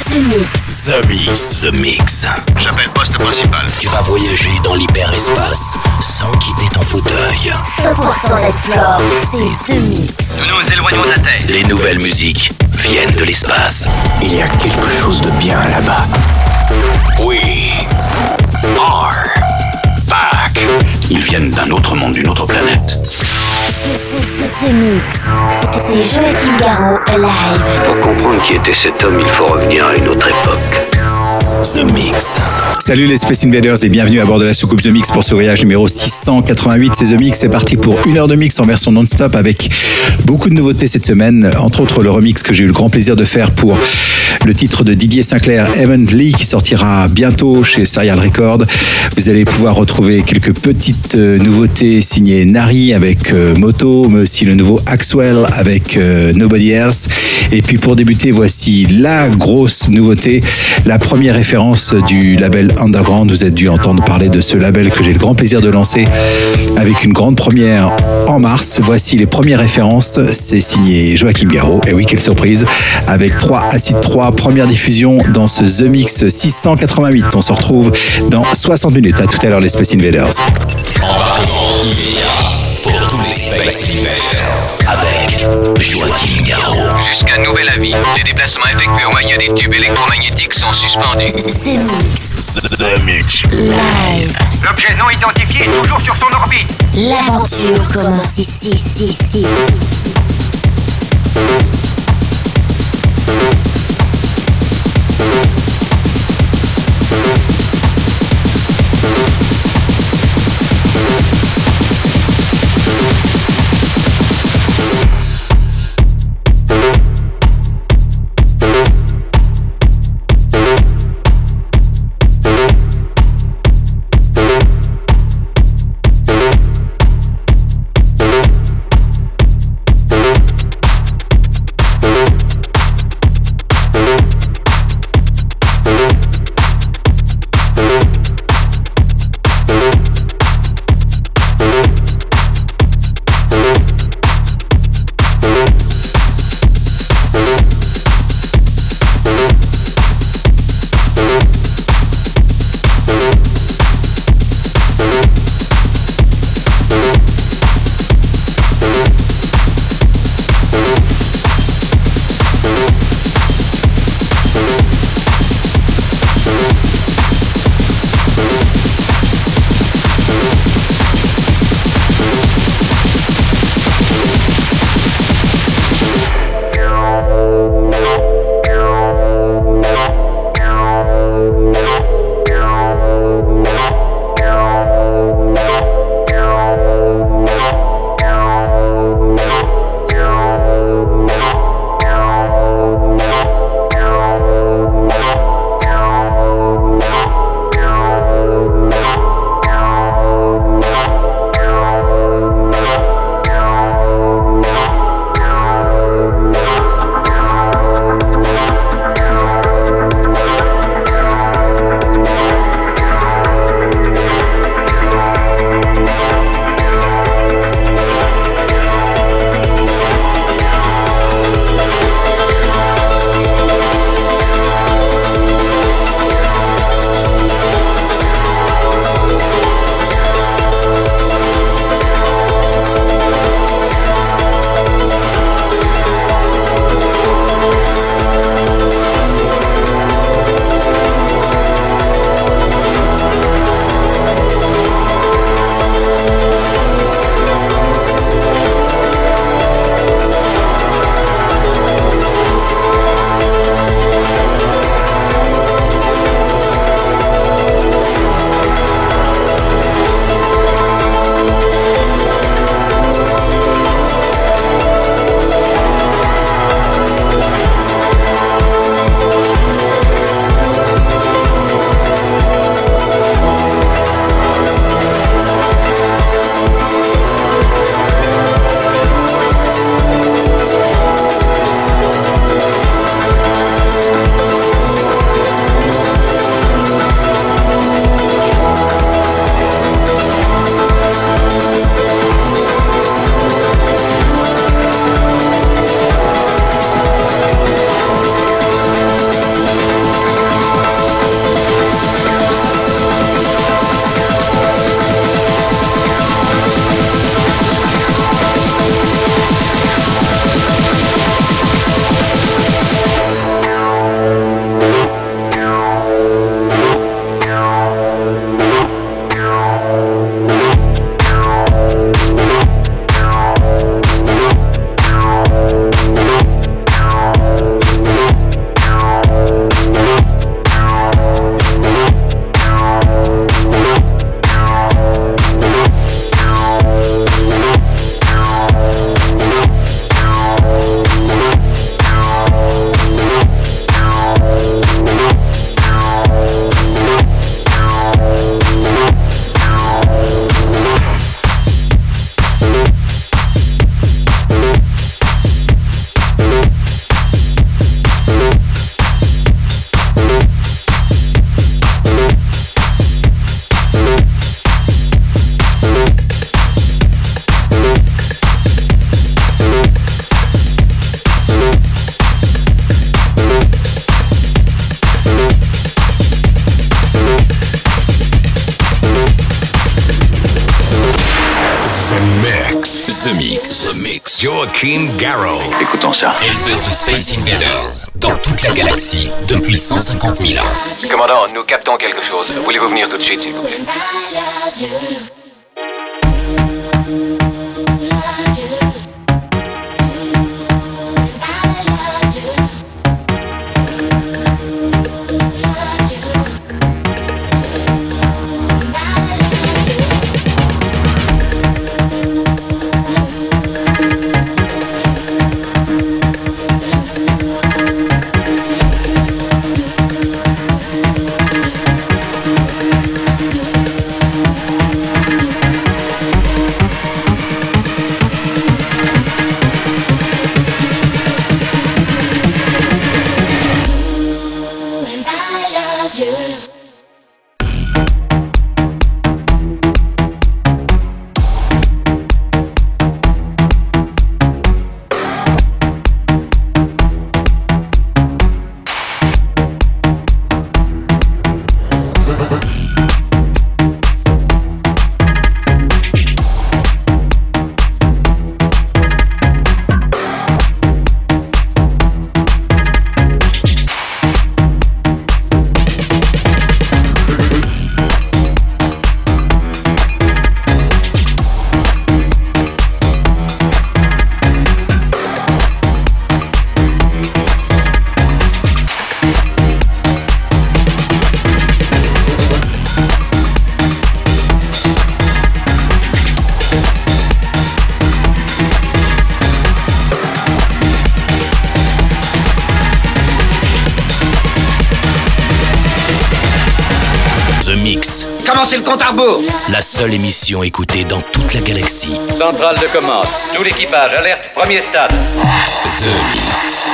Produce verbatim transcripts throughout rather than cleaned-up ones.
The Mix. The Mix. The Mix. J'appelle poste principal. Tu vas voyager dans l'hyperespace sans quitter ton fauteuil. cent pour cent d'explore, c'est The Mix. Nous nous éloignons de la Terre. Les nouvelles musiques viennent de l'espace. Il y a quelque chose de bien là-bas. We are back. Ils viennent d'un autre monde, d'une autre planète. The Mix. C'est Joachim Garraud live. Pour comprendre qui était cet homme, il faut revenir à une autre époque. The Mix. Salut les Space Invaders et bienvenue à bord de la soucoupe The Mix pour ce voyage numéro six cent quatre-vingt-huit. C'est The Mix, c'est parti pour une heure de mix en version non-stop avec beaucoup de nouveautés cette semaine. Entre autres le remix que j'ai eu le grand plaisir de faire pour le titre de Didier Sinclair, Heavenly, qui sortira bientôt chez Serial Records. Vous allez pouvoir retrouver quelques petites nouveautés signées Nari avec euh, Moto, mais aussi le nouveau Axwell avec euh, Nobody Else. Et puis pour débuter, voici la grosse nouveauté, la première référence du label Underground. Vous avez dû entendre parler de ce label que j'ai le grand plaisir de lancer avec une grande première en mars. Voici les premières références, c'est signé Joachim Garraud. Et oui, quelle surprise, avec trois Acid trois, première diffusion dans ce The Mix six cent quatre-vingt-huit. On se retrouve dans soixante minutes. À tout à l'heure les Space Invaders. Embarquement immédiat pour tous les Space Invaders avec Joachim Garraud. Jusqu'à nouvel avis, les déplacements effectués au moyen des tubes électromagnétiques sont suspendus. The Mix. The Mix. Live. L'objet non identifié est toujours sur son orbite. L'aventure commence ici, ici, ici, ici. Joachim Garraud. Écoutons ça. Éleveur de Space Invaders dans toute la galaxie depuis cent cinquante mille ans. Commandant, nous captons quelque chose. Voulez-vous venir tout de suite, s'il vous plaît? Commencez le compte à rebours. La seule émission écoutée dans toute la galaxie. Centrale de commande. Tout l'équipage, alerte, premier stade. The Mix.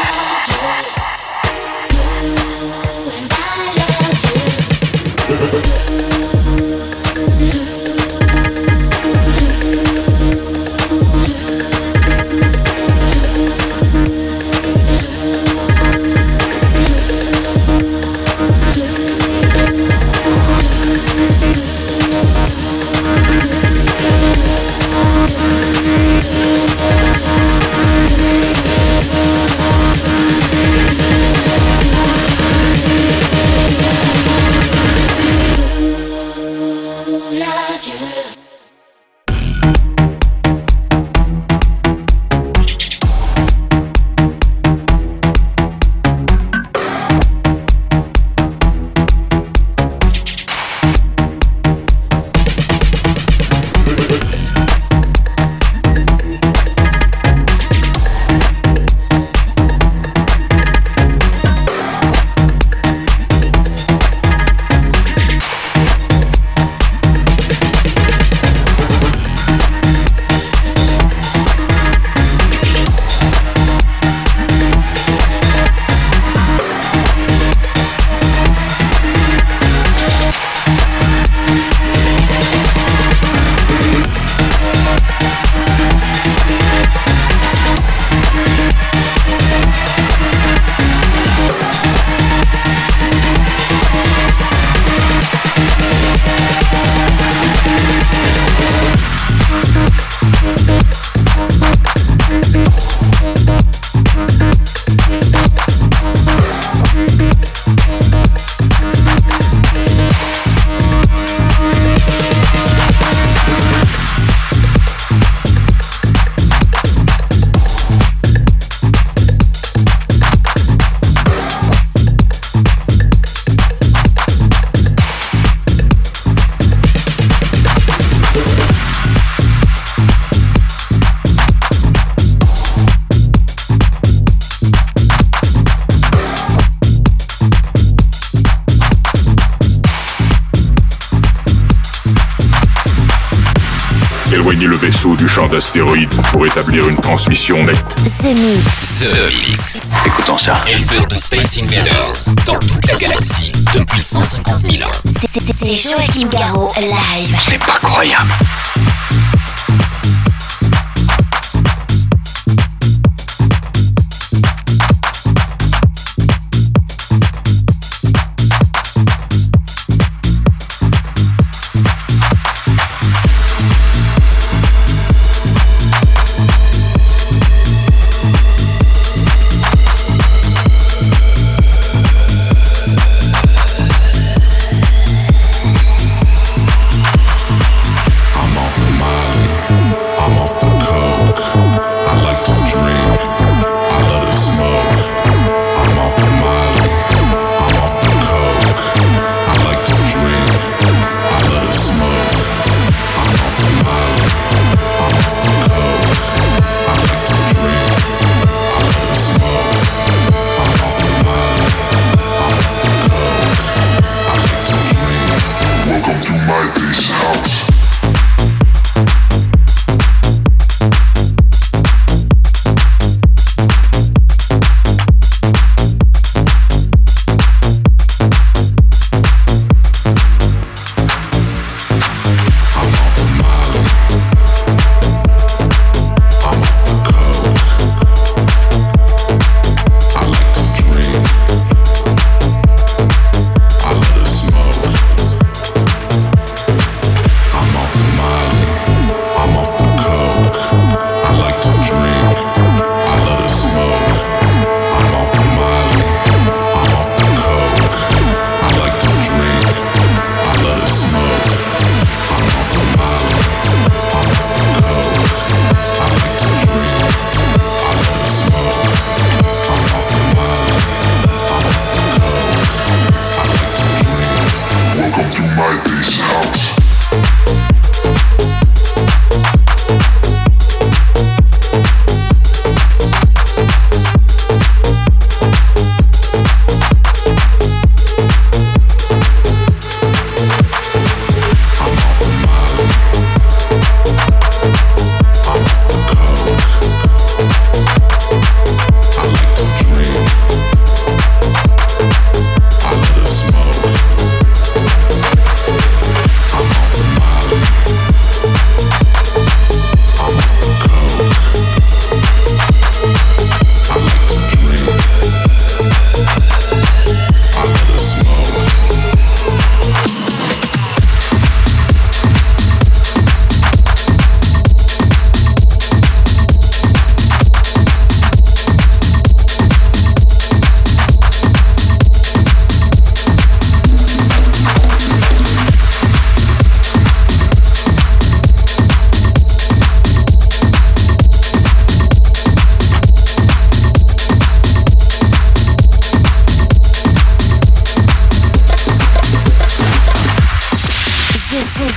Éloignez le vaisseau du champ d'astéroïdes pour établir une transmission nette. The Mix. The Mix. Écoutons ça. Éleveur de Space Invaders dans toute la galaxie depuis cent cinquante mille ans. C'est- c'est- C'est Joachim Garraud live. C'est pas croyable.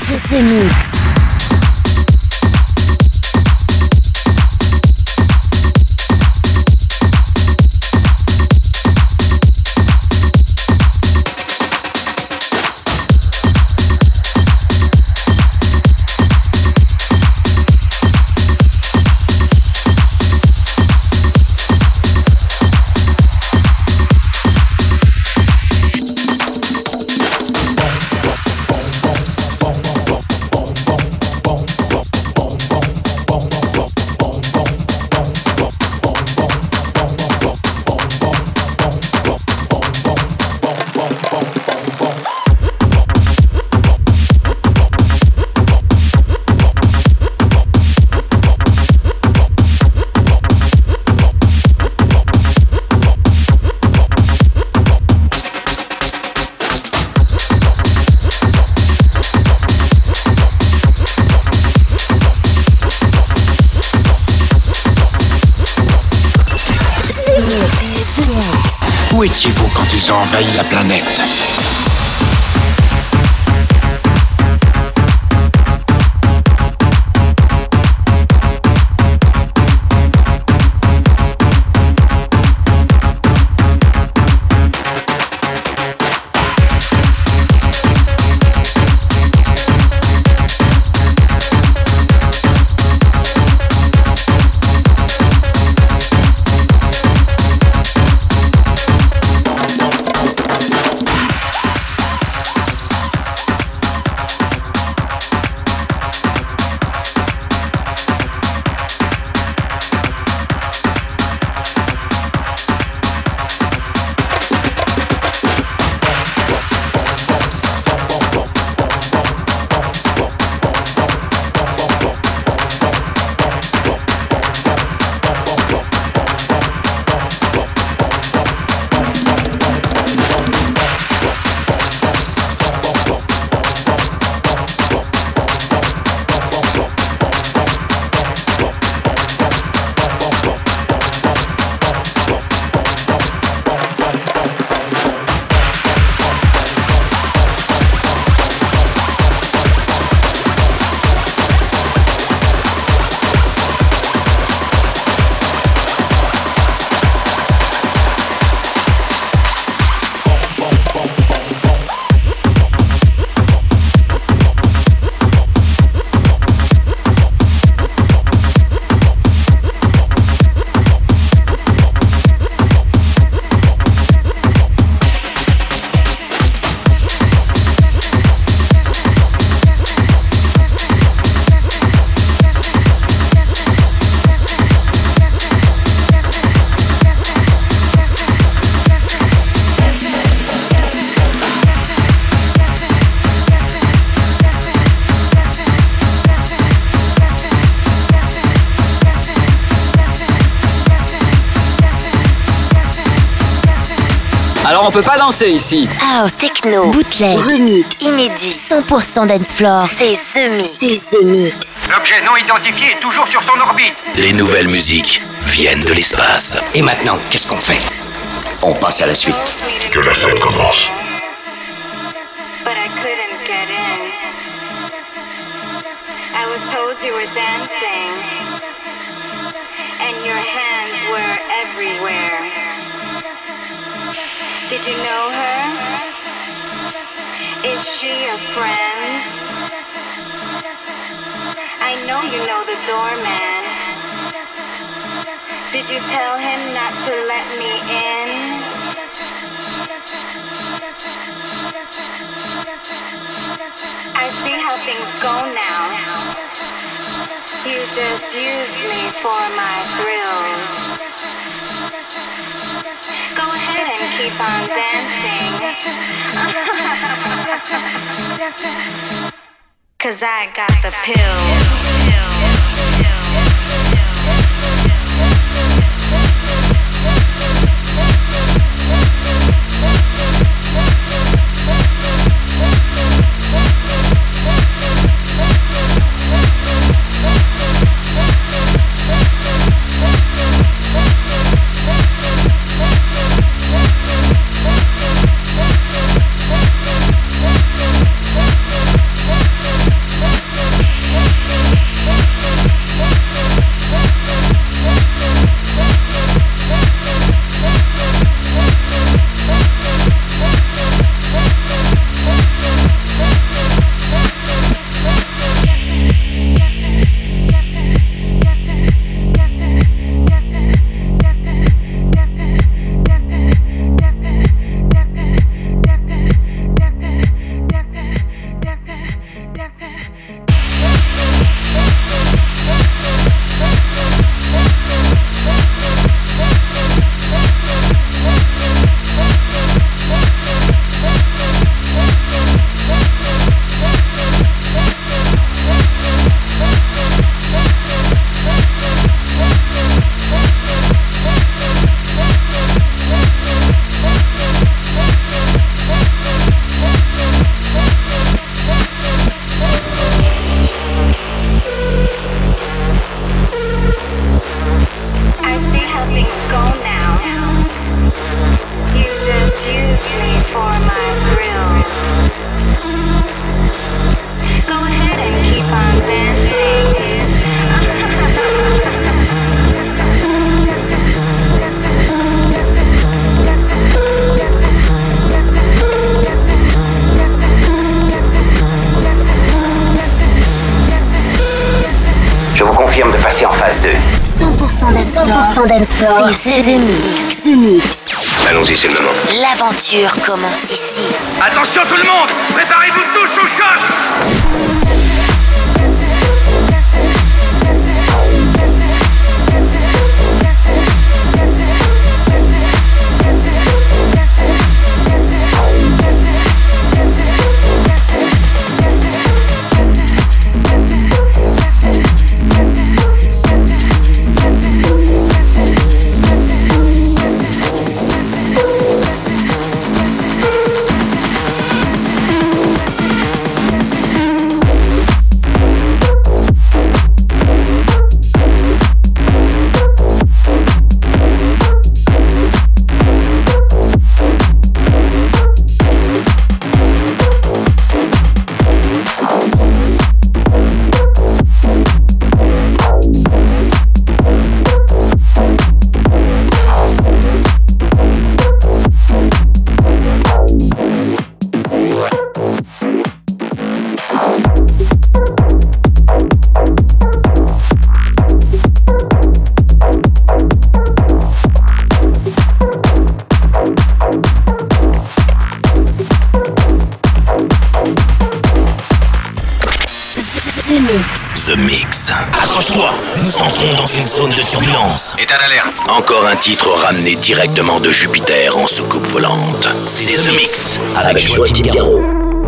The Mix. Où étiez-vous quand ils ont envahi la planète ? Alors on peut pas danser ici. House, techno, bootleg, remix, inédit, cent pour cent dance floor. C'est The Mix. C'est The Mix. L'objet non identifié est toujours sur son orbite. Les nouvelles musiques viennent de l'espace. Et maintenant, qu'est-ce qu'on fait? On passe à la suite. Que la fête commence. But I couldn't get in. I was told you were dancing, and your hands were everywhere. Did you know her? Is she a friend? I know you know the doorman. Did you tell him not to let me in? I see how things go now. You just use me for my thrills. Go ahead and keep on dancing. 'Cause I got the pills. pour cent dance floor. C'est The Mix. The Mix. Allons-y, c'est le moment. L'aventure commence ici. Attention tout le monde, préparez-vous tous au choc. The Mix. Accroche-toi, nous entrons dans une zone de turbulence. État d'alerte. Encore un titre ramené directement de Jupiter en soucoupe volante. C'est The Mix avec Joachim Garraud.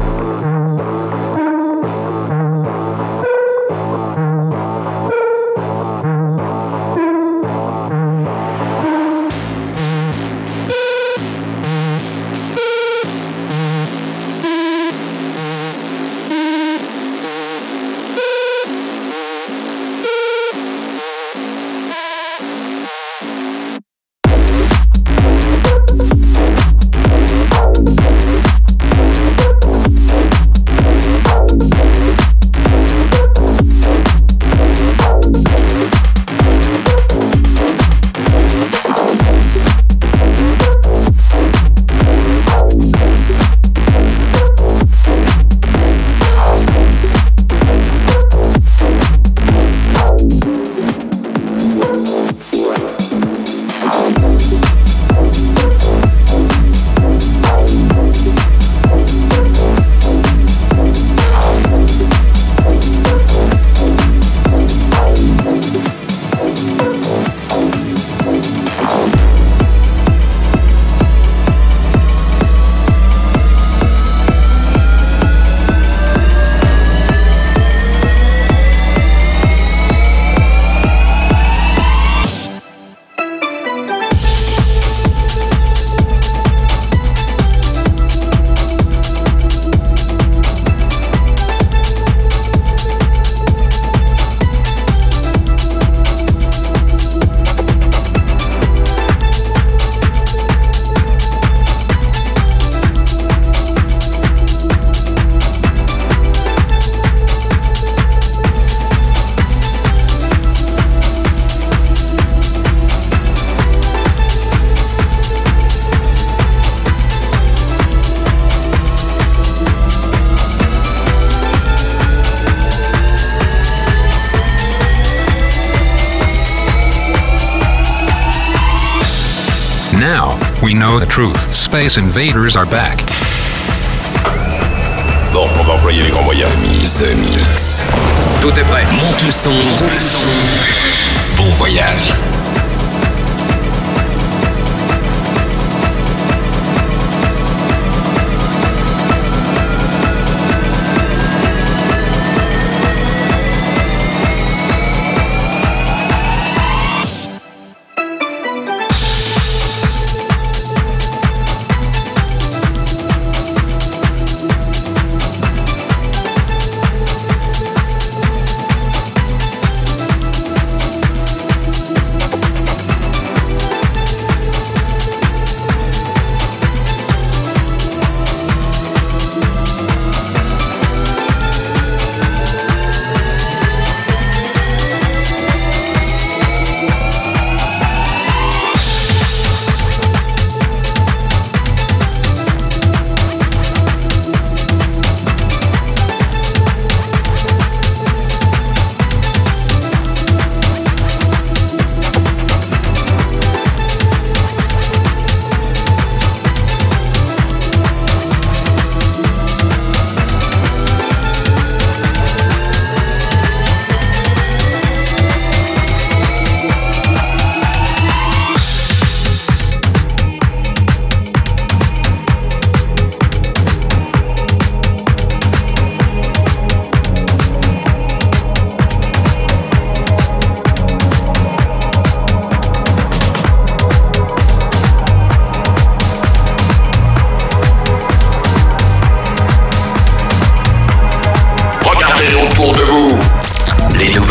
Now, we know the truth. Space invaders are back. Bon, on va employer les grands moyens. The Mix. Tout est prêt. Monte le son. Bon voyage.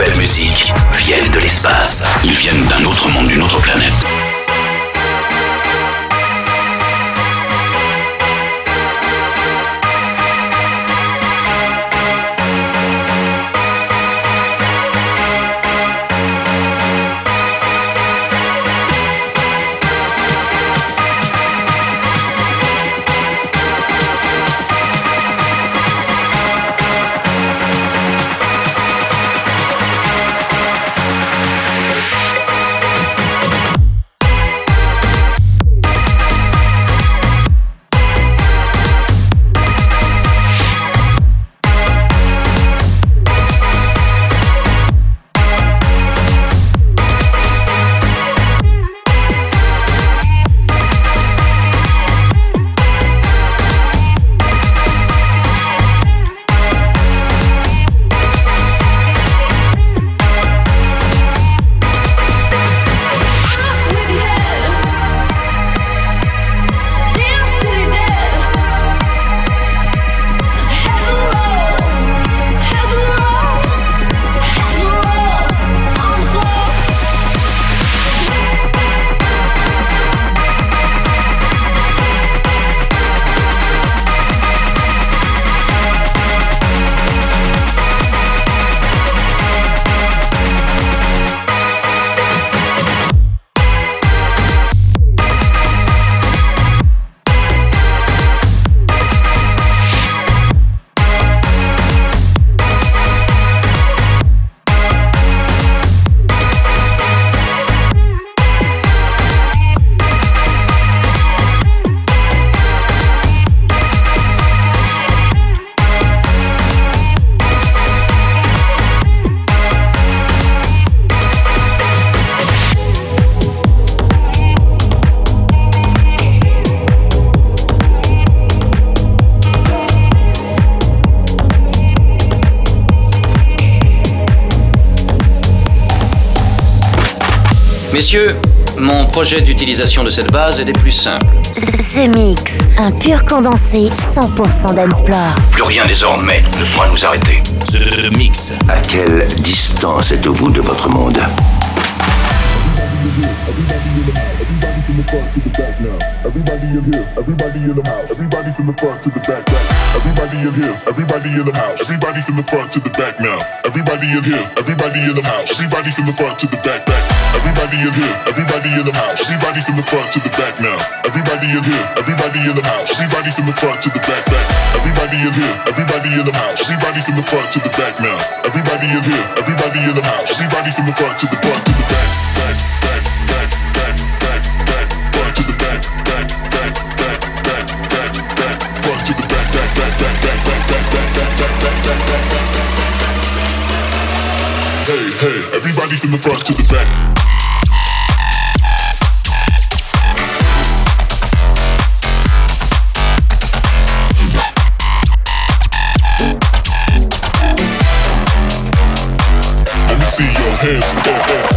de musique viennent de l'espace. Ils viennent d'un autre monde, d'une autre planète. Messieurs, mon projet d'utilisation de cette base est des plus simples. The Mix, un pur condensé cent pour cent dancefloor. Plus rien désormais ne pourra nous arrêter. The Mix. À quelle distance êtes-vous de votre monde? Everybody in here, everybody in the house. Everybody from the front to the back. Everybody in here, everybody in the house. Everybody from the front to the back now. Everybody in here, everybody in the house. Everybody from the front to the back. Back. Everybody in here, everybody in the house. Everybody from the front to the back now. Everybody in here, everybody in the house. Everybody from the front to the back. Back. Everybody in here, everybody in the house. Everybody from the front to the back now. Everybody in here, everybody in the house. Everybody from the front to the front to the back. Back. Back. Back. Back. Back. Back. Front to the back. Back. Back. Back. Back. Back. Back. Front to the back. Back. Back. Back. Back. Back. Back. Back. Back. Back. Back. Back. Hey, hey, everybody from the front to the back. Let me see your hands go up.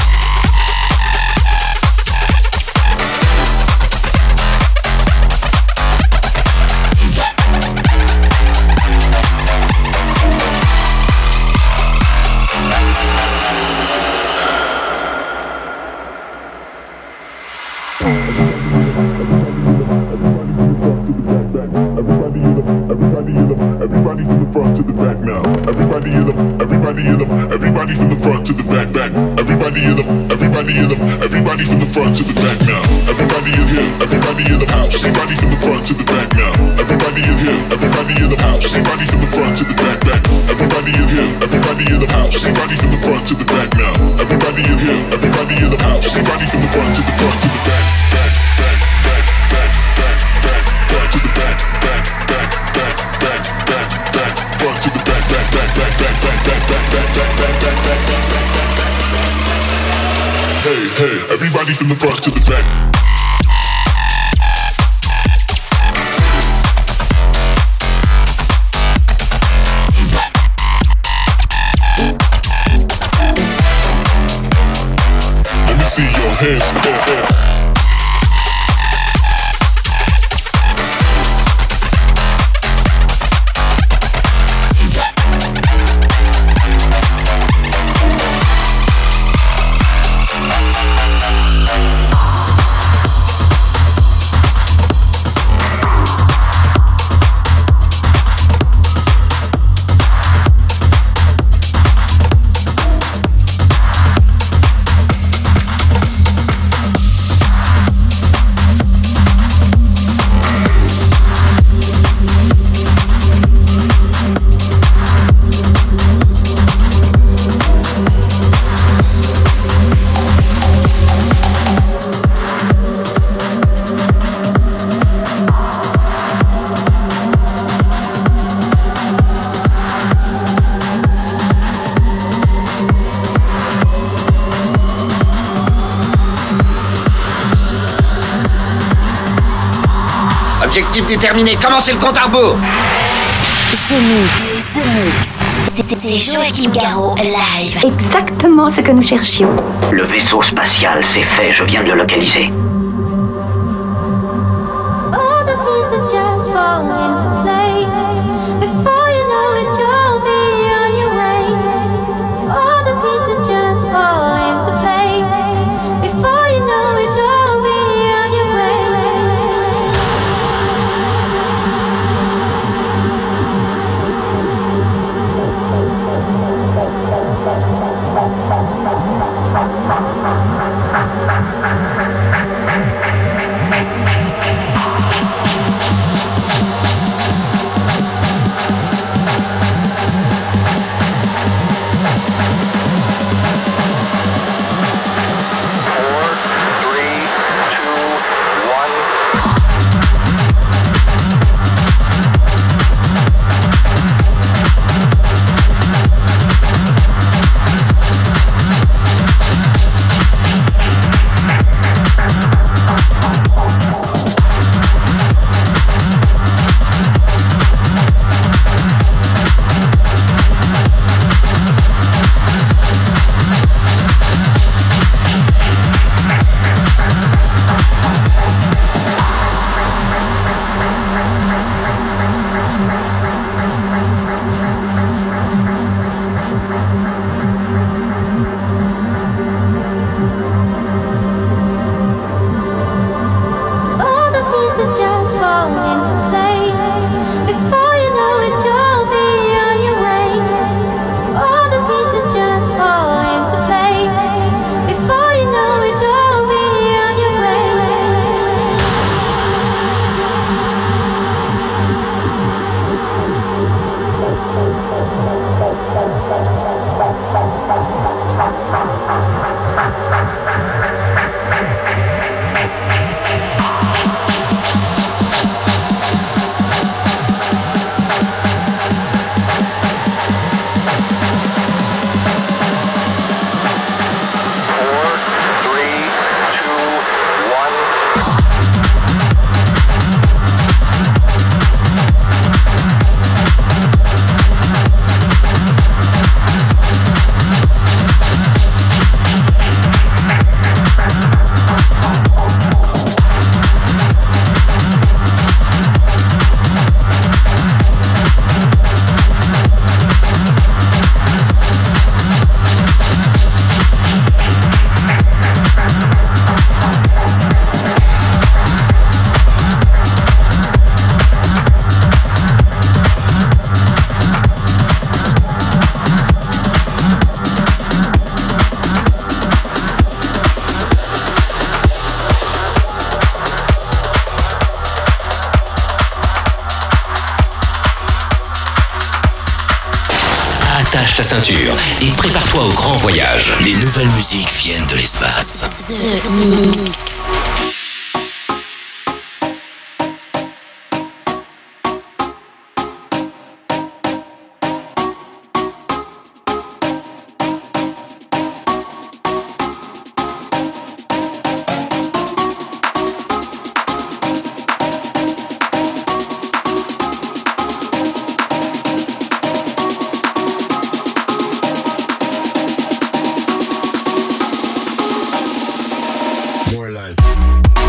Everybody from the front to the back now. Everybody in them, everybody in them, everybody from the front to the back, back. Everybody in them, everybody in them, everybody from the front to the back now. Everybody in here, everybody in the house. Everybody from the front to the back now. Everybody in here, everybody in the house. Everybody from the front to the back, back. Everybody in here, everybody in the house. Everybody from the front to the back now. Everybody in here, everybody in the house. Everybody from the front to the front to the back, back, back, back, back, back, back, back to the back, back, back, back, back, back, back, front to the back, back, back, back, back, back, back, back, back, back, back, back, back, back, back. Hey, hey, everybody from the front to the back. Let me see your hands go up. Objectif déterminé, commencez le compte à rebours. The Mix, The Mix, c'est Joachim Garraud live. Exactement ce que nous cherchions. Le vaisseau spatial, c'est fait, je viens de le localiser. All the pieces just fall into place. Before you know it, you'll be on your way. All the pieces just fall into place. Before you know it, you'll be on your way. Attache ta ceinture et prépare-toi au grand voyage. Les nouvelles musiques viennent de l'espace. The Mix. More life.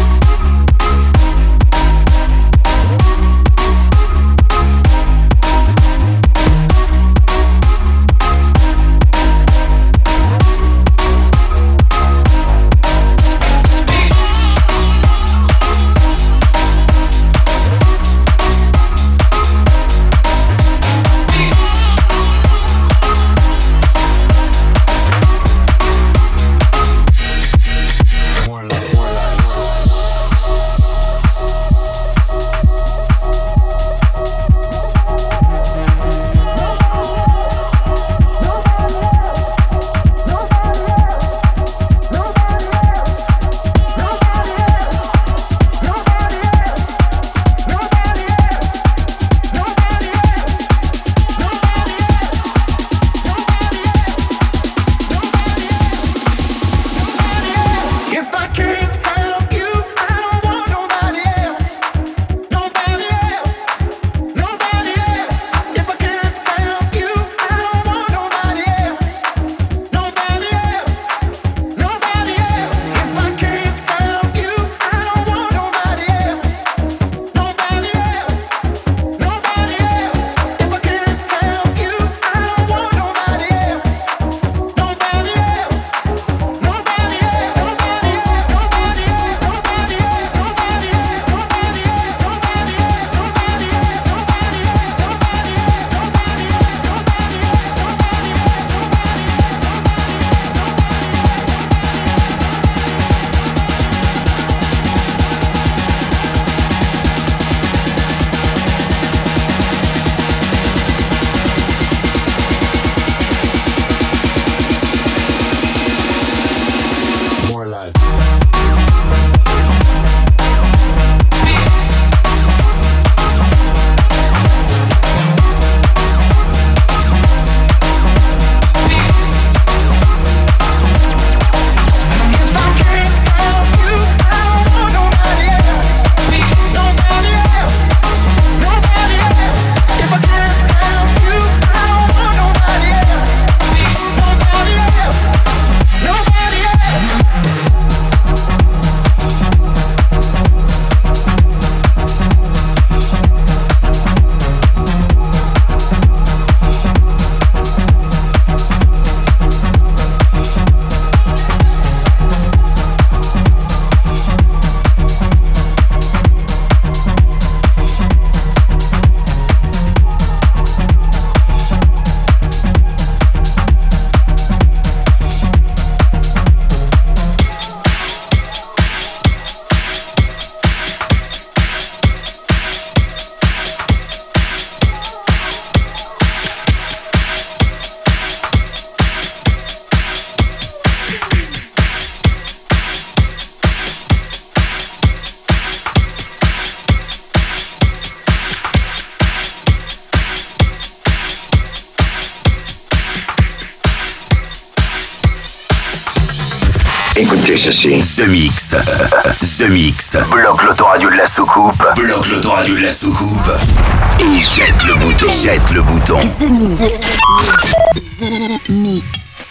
écoutez ceci. The Mix. The Mix. Bloque l'autoradio de la soucoupe. Bloque l'autoradio de la soucoupe. Et jette le bouton. Jette le bouton. The Mix. The Mix.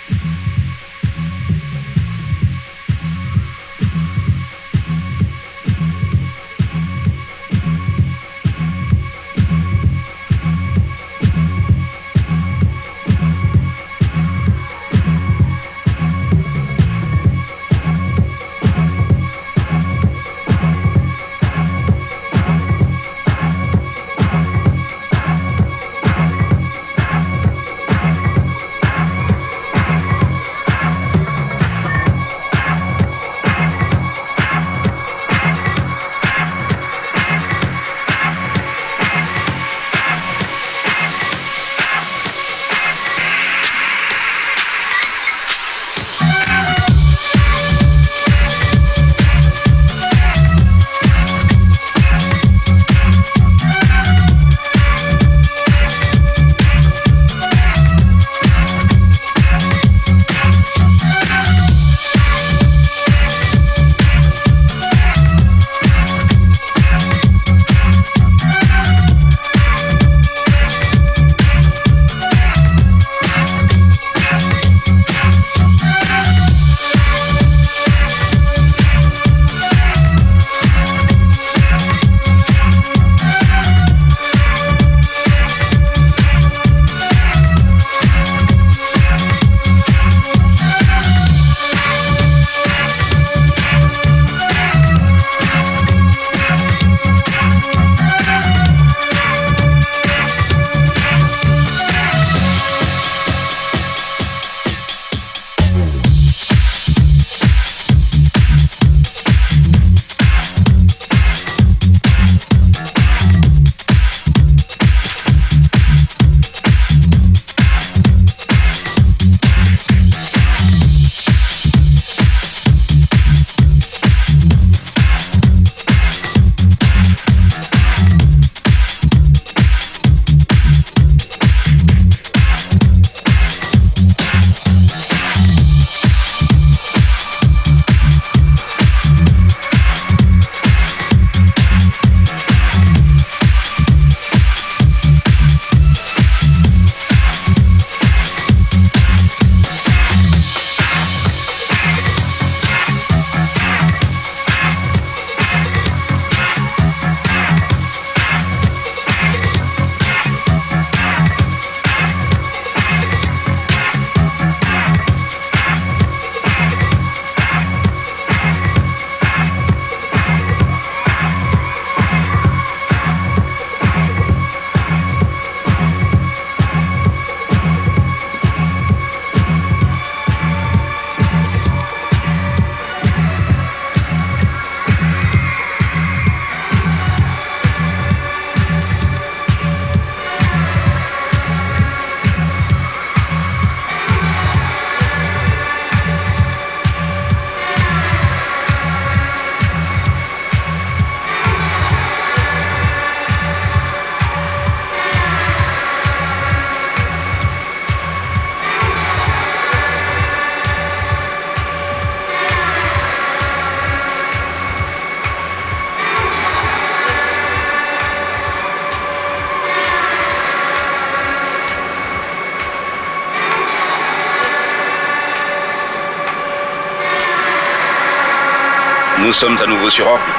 Nous sommes à nouveau sur orbite.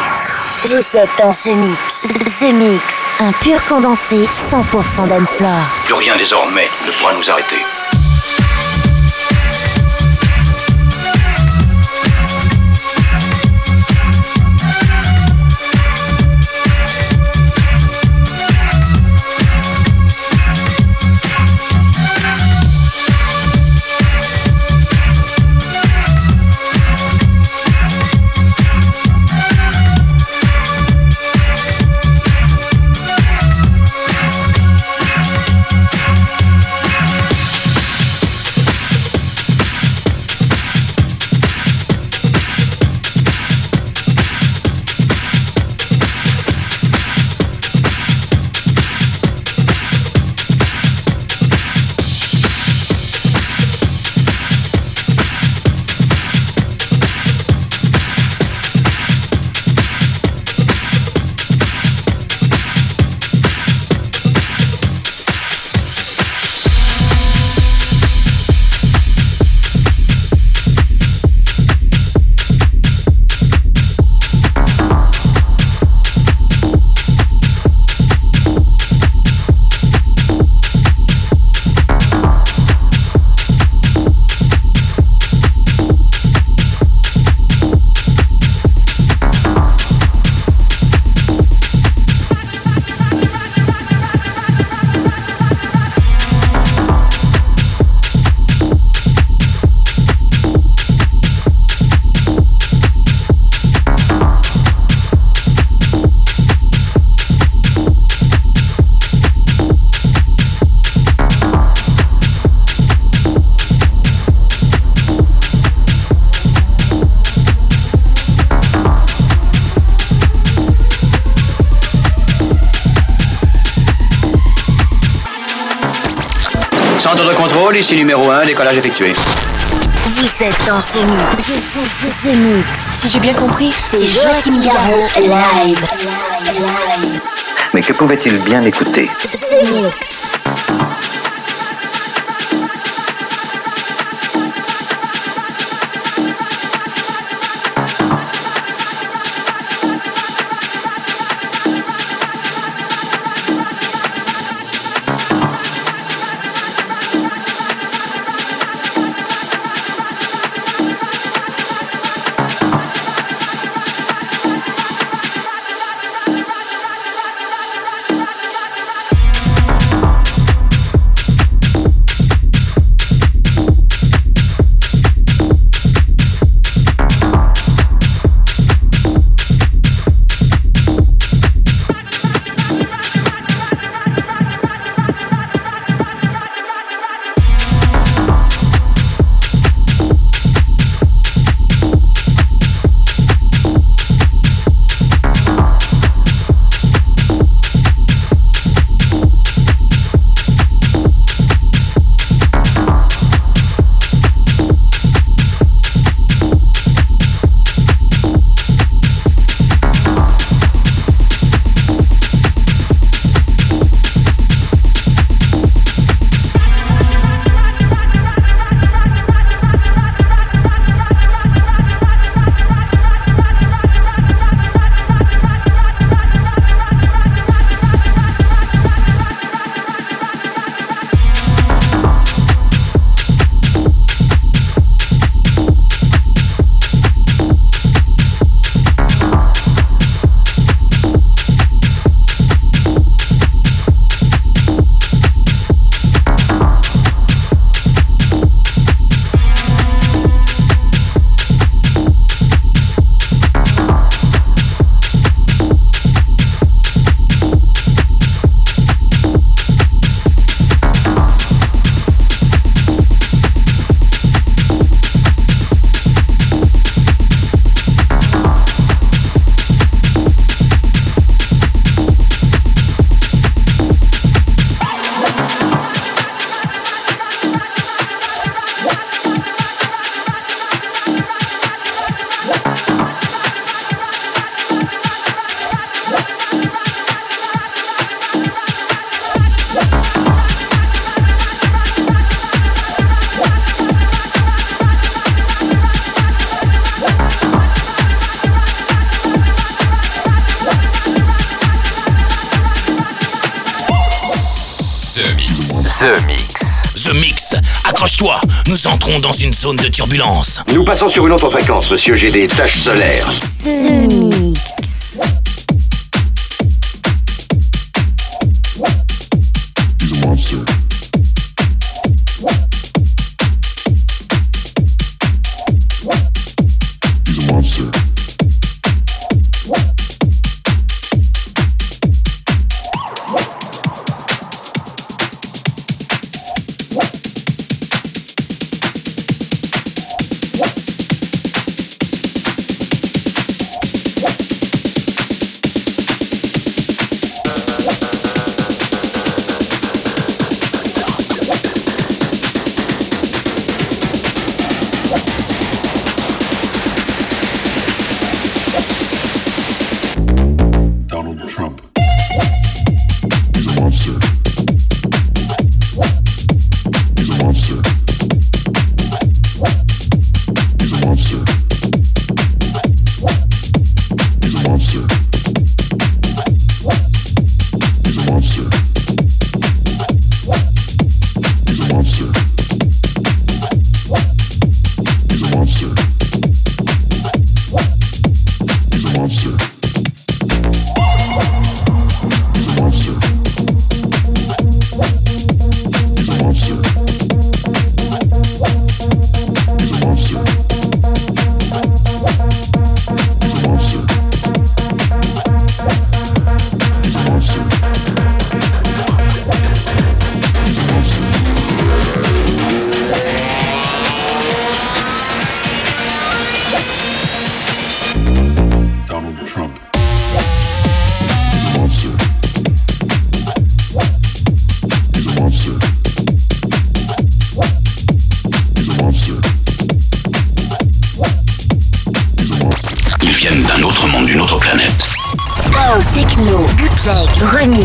Vous êtes dans The Mix. The Mix, un pur condensé cent pour cent dancefloor. Plus rien désormais ne pourra nous arrêter. Centre de contrôle, ici numéro un, décollage effectué. Vous êtes dans ce mix. Ce mix. Si j'ai bien compris, c'est Joachim Garraud live. Mais que pouvait-il bien écouter? Ce mix. The Mix. The Mix. Accroche-toi, nous entrons dans une zone de turbulence. Nous passons sur une autre fréquence, monsieur, j'ai des taches solaires. The Mix. He's a monster. He's a monster.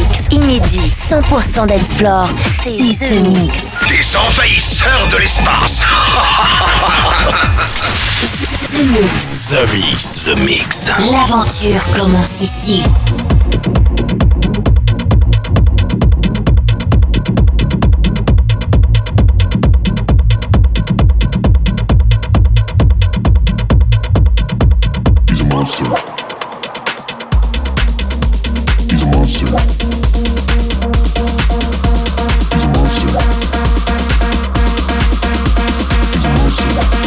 Mix, inédit, cent pour cent dance floor, c'est The Mix. Des envahisseurs de l'espace. The Mix. The Mix. The Mix. L'aventure commence ici. He's a monster. He's a monster. He's a monster. He's a monster.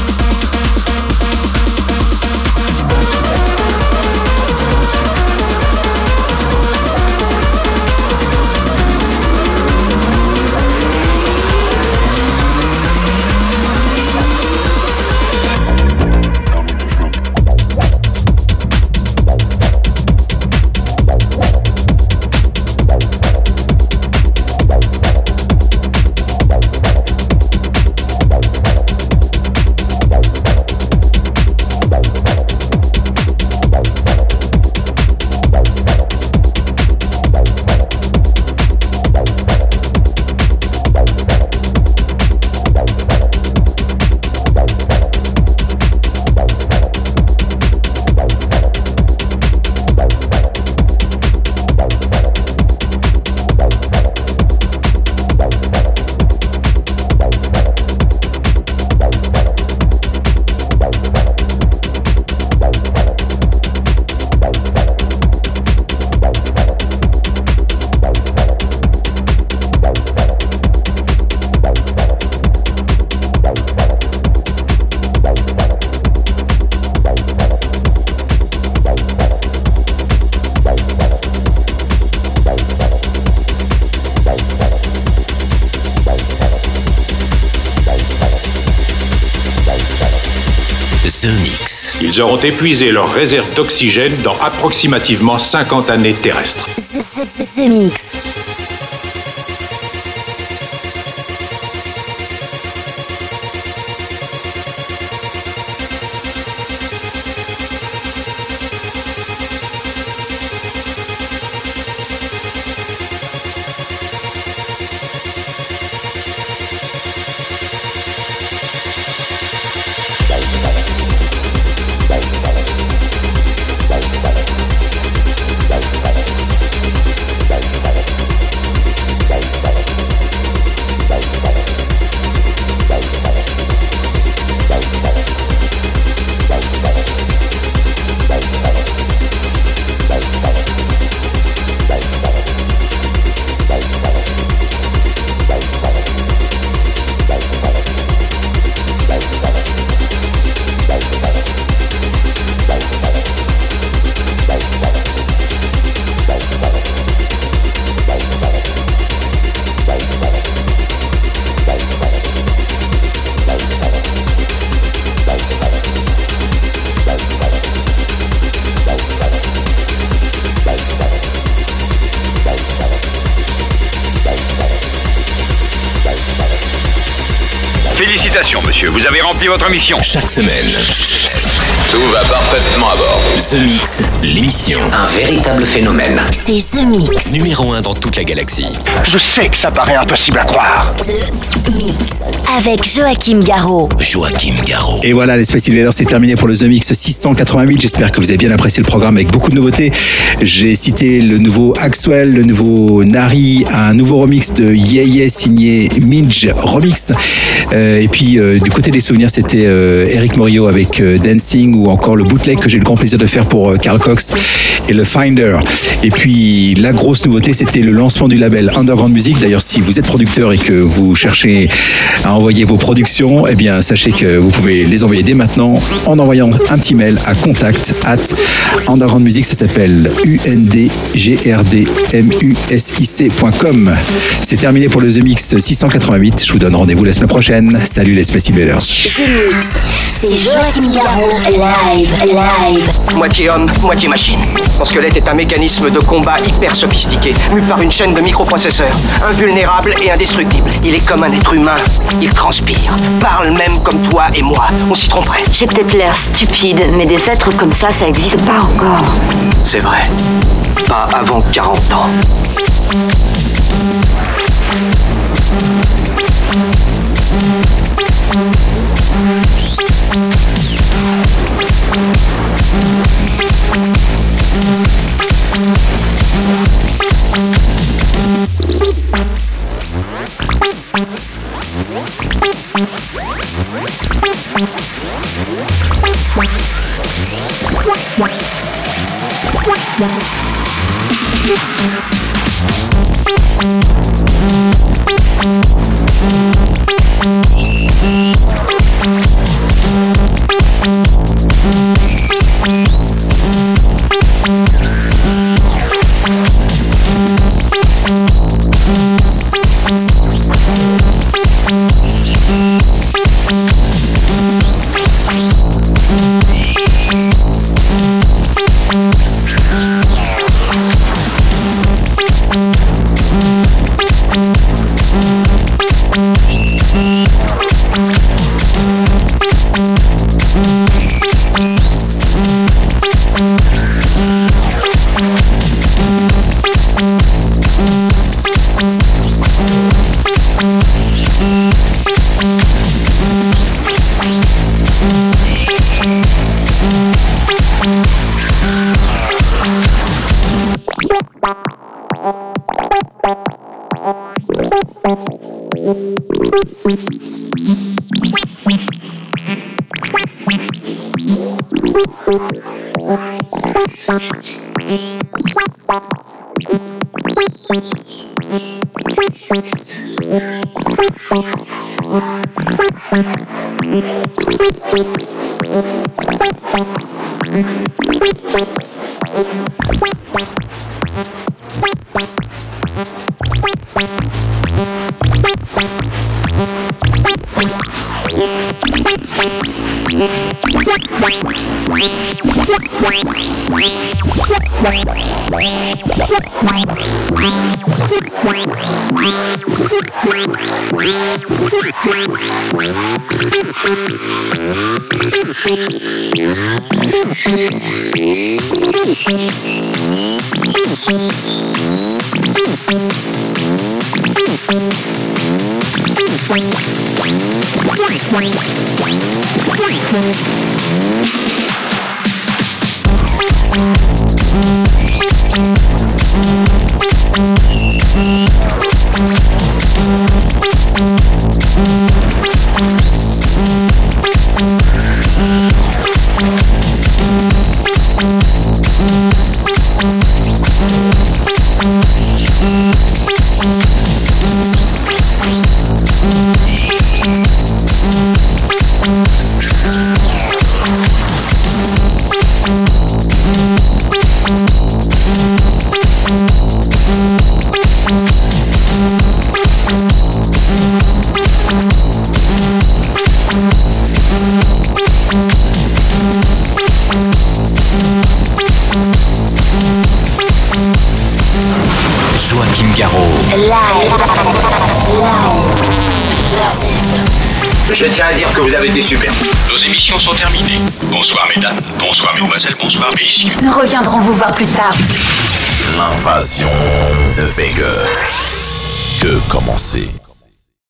The Mix. Ils auront épuisé leurs réserves d'oxygène dans approximativement cinquante années terrestres. The, the, the, the Mix. Félicitations, monsieur, vous avez rempli votre mission. Chaque semaine, tout va parfaitement à bord. The Mix, l'émission. Un véritable phénomène. C'est The Mix. Numéro un dans toute la galaxie. Je sais que ça paraît impossible à croire. The Mix. Avec Joachim Garraud. Joachim Garraud. Et voilà, les Space Invaders, c'est terminé pour le The Mix six cent quatre-vingt-huit. J'espère que vous avez bien apprécié le programme avec beaucoup de nouveautés. J'ai cité le nouveau Axwell, le nouveau Nari, un nouveau remix de Yeah Yeah signé Minj Remix. Euh, et puis, euh, du côté des souvenirs, c'était euh, Eric Morillo avec euh, Dancing, ou encore le bootleg que j'ai eu le grand plaisir de faire pour euh, Carl Cox et le Finder. Et puis, la grosse nouveauté, c'était le lancement du label Underground Music. D'ailleurs, si vous êtes producteur et que vous cherchez à envoyer vos productions, eh bien, sachez que vous pouvez les envoyer dès maintenant en envoyant un petit mail à contact at Underground Music. Ça s'appelle U N D G R D M U S I C point com. C'est terminé pour le The Mix six cent quatre-vingt-huit. Je vous donne rendez-vous la semaine prochaine. Salut les Space Invaders. The Mix, c'est Joachim Garraud, live, live. Moitié homme, moitié machine. Son squelette est un mécanisme de combat hyper sophistiqué, mu par une chaîne de microprocesseurs, invulnérable et indestructible. Il est comme un être humain, il transpire, parle même comme toi et moi. On s'y tromperait. J'ai peut-être l'air stupide, mais des êtres comme ça, ça existe pas encore. C'est vrai. Pas avant quarante ans. Joachim Garraud. Live. Je tiens à dire que vous avez été super. Nos émissions sont terminées. Bonsoir mesdames, bonsoir mesdemoiselles, bonsoir messieurs. Nous reviendrons vous voir plus tard. L'invasion de Vega. Que commencer?